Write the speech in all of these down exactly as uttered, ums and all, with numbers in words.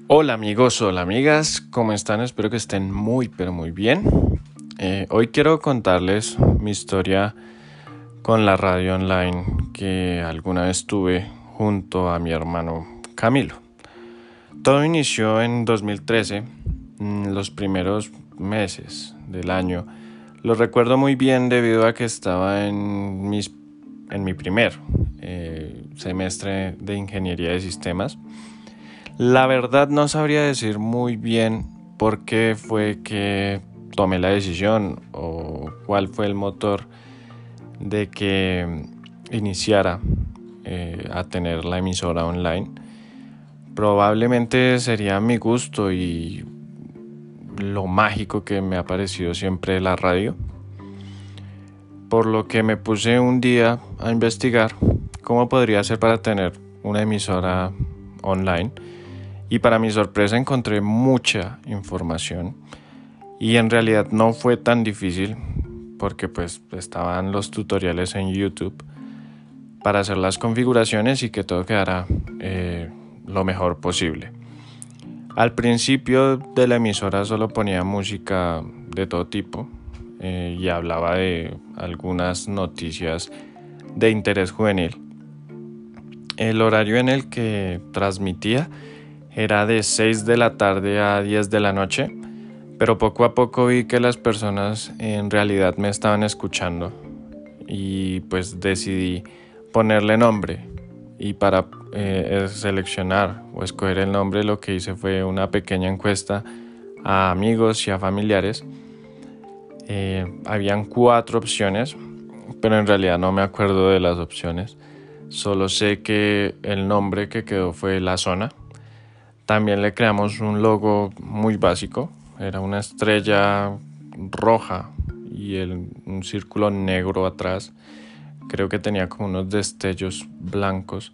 Hola amigos, hola amigas, ¿cómo están? Espero que estén muy pero muy bien. Eh, hoy quiero contarles mi historia con la radio online que alguna vez tuve junto a mi hermano Camilo. Todo inició en dos mil trece, los primeros meses del año. Lo recuerdo muy bien debido a que estaba en, mis, en mi primer eh, semestre de ingeniería de sistemas. La verdad no sabría decir muy bien por qué fue que tomé la decisión o cuál fue el motor de que iniciara eh, a tener la emisora online. Probablemente sería mi gusto y lo mágico que me ha parecido siempre la radio, por lo que me puse un día a investigar cómo podría ser para tener una emisora online. Y para mi sorpresa encontré mucha información y en realidad no fue tan difícil porque pues estaban los tutoriales en YouTube para hacer las configuraciones y que todo quedara eh, lo mejor posible. Al principio de la emisora solo ponía música de todo tipo eh, y hablaba de algunas noticias de interés juvenil. El horario en el que transmitía era de seis de la tarde a diez de la noche, pero poco a poco vi que las personas en realidad me estaban escuchando y pues decidí ponerle nombre. Y para eh, seleccionar o escoger el nombre, lo que hice fue una pequeña encuesta a amigos y a familiares. Eh, habían cuatro opciones, pero en realidad no me acuerdo de las opciones. Solo sé que el nombre que quedó fue La Zona. También le creamos un logo muy básico, era una estrella roja y el, un círculo negro atrás. Creo que tenía como unos destellos blancos.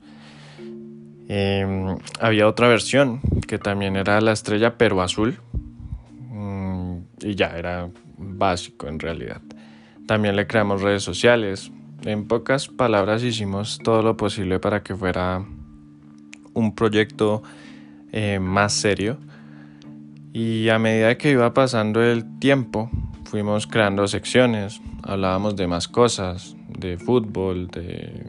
Eh, había otra versión que también era la estrella pero azul. Mm, y ya, era básico en realidad. También le creamos redes sociales. En pocas palabras hicimos todo lo posible para que fuera un proyecto Eh, más serio, y a medida que iba pasando el tiempo fuimos creando secciones, hablábamos de más cosas, de fútbol, de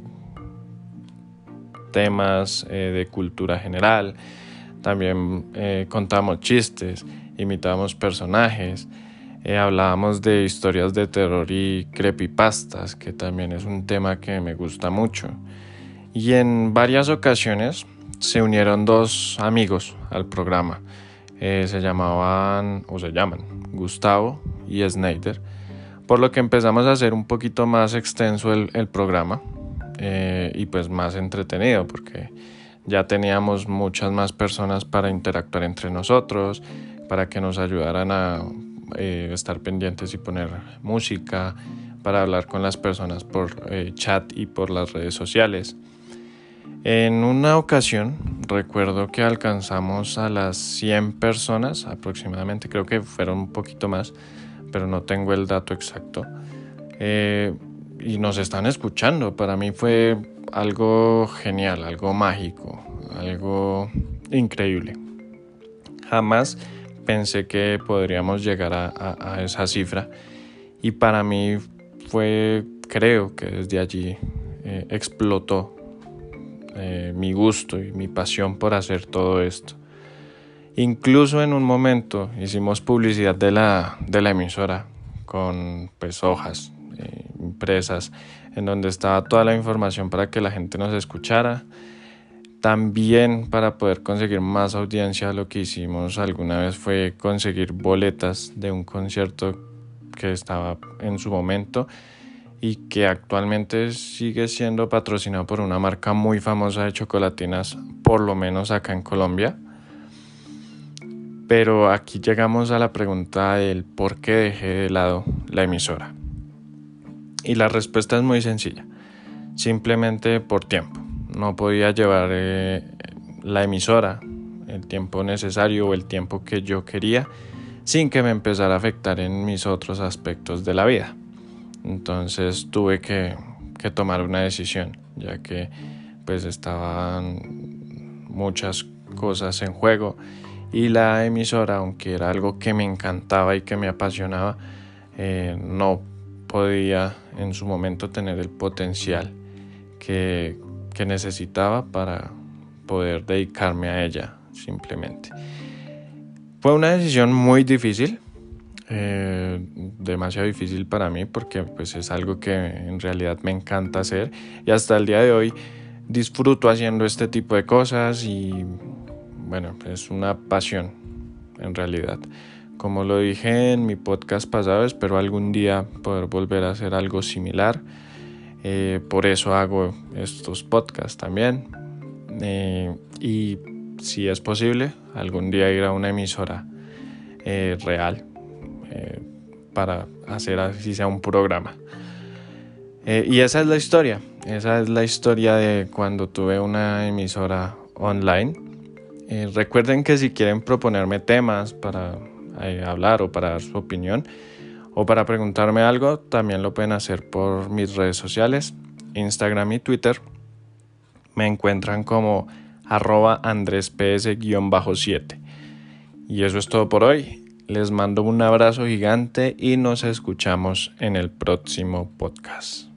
temas eh, de cultura general, también eh, contábamos chistes, imitábamos personajes, eh, hablábamos de historias de terror y creepypastas, que también es un tema que me gusta mucho. Y en varias ocasiones se unieron dos amigos al programa. Eh, se llamaban, o se llaman, Gustavo y Snyder. Por lo que empezamos a hacer un poquito más extenso el, el programa eh, y pues más entretenido, porque ya teníamos muchas más personas para interactuar entre nosotros, para que nos ayudaran a eh, estar pendientes y poner música, para hablar con las personas por eh, chat y por las redes sociales. En una ocasión recuerdo que alcanzamos a las cien personas aproximadamente, creo que fueron un poquito más, pero no tengo el dato exacto, eh, y nos están escuchando. Para mí fue algo genial, algo mágico, algo increíble. Jamás pensé que podríamos llegar a, a, a esa cifra, y para mí fue, creo que desde allí eh, explotó Eh, mi gusto y mi pasión por hacer todo esto. Incluso en un momento hicimos publicidad de la, de la emisora con pues, hojas eh, impresas en donde estaba toda la información para que la gente nos escuchara. También para poder conseguir más audiencia, lo que hicimos alguna vez fue conseguir boletas de un concierto que estaba en su momento y que actualmente sigue siendo patrocinado por una marca muy famosa de chocolatinas, por lo menos acá en Colombia. Pero aquí llegamos a la pregunta del por qué dejé de lado la emisora. Y la respuesta es muy sencilla. Simplemente por tiempo. No podía llevar eh, la emisora el tiempo necesario o el tiempo que yo quería sin que me empezara a afectar en mis otros aspectos de la vida. Entonces tuve que, que tomar una decisión, ya que pues estaban muchas cosas en juego y la emisora, aunque era algo que me encantaba y que me apasionaba, eh, no podía en su momento tener el potencial que, que necesitaba para poder dedicarme a ella simplemente. Fue una decisión muy difícil, eh, demasiado difícil para mí porque pues, es algo que en realidad me encanta hacer y hasta el día de hoy disfruto haciendo este tipo de cosas y bueno, es una pasión en realidad. Como lo dije en mi podcast pasado, espero algún día poder volver a hacer algo similar. Eh, por eso hago estos podcasts también. Eh, y si es posible, algún día ir a una emisora eh, real eh, para hacer así sea un programa. Eh, y esa es la historia. Esa es la historia de cuando tuve una emisora online. Eh, recuerden que si quieren proponerme temas para eh, hablar o para dar su opinión o para preguntarme algo, también lo pueden hacer por mis redes sociales, Instagram y Twitter. Me encuentran como arroba andresps guión bajo siete. Y eso es todo por hoy. Les mando un abrazo gigante y nos escuchamos en el próximo podcast.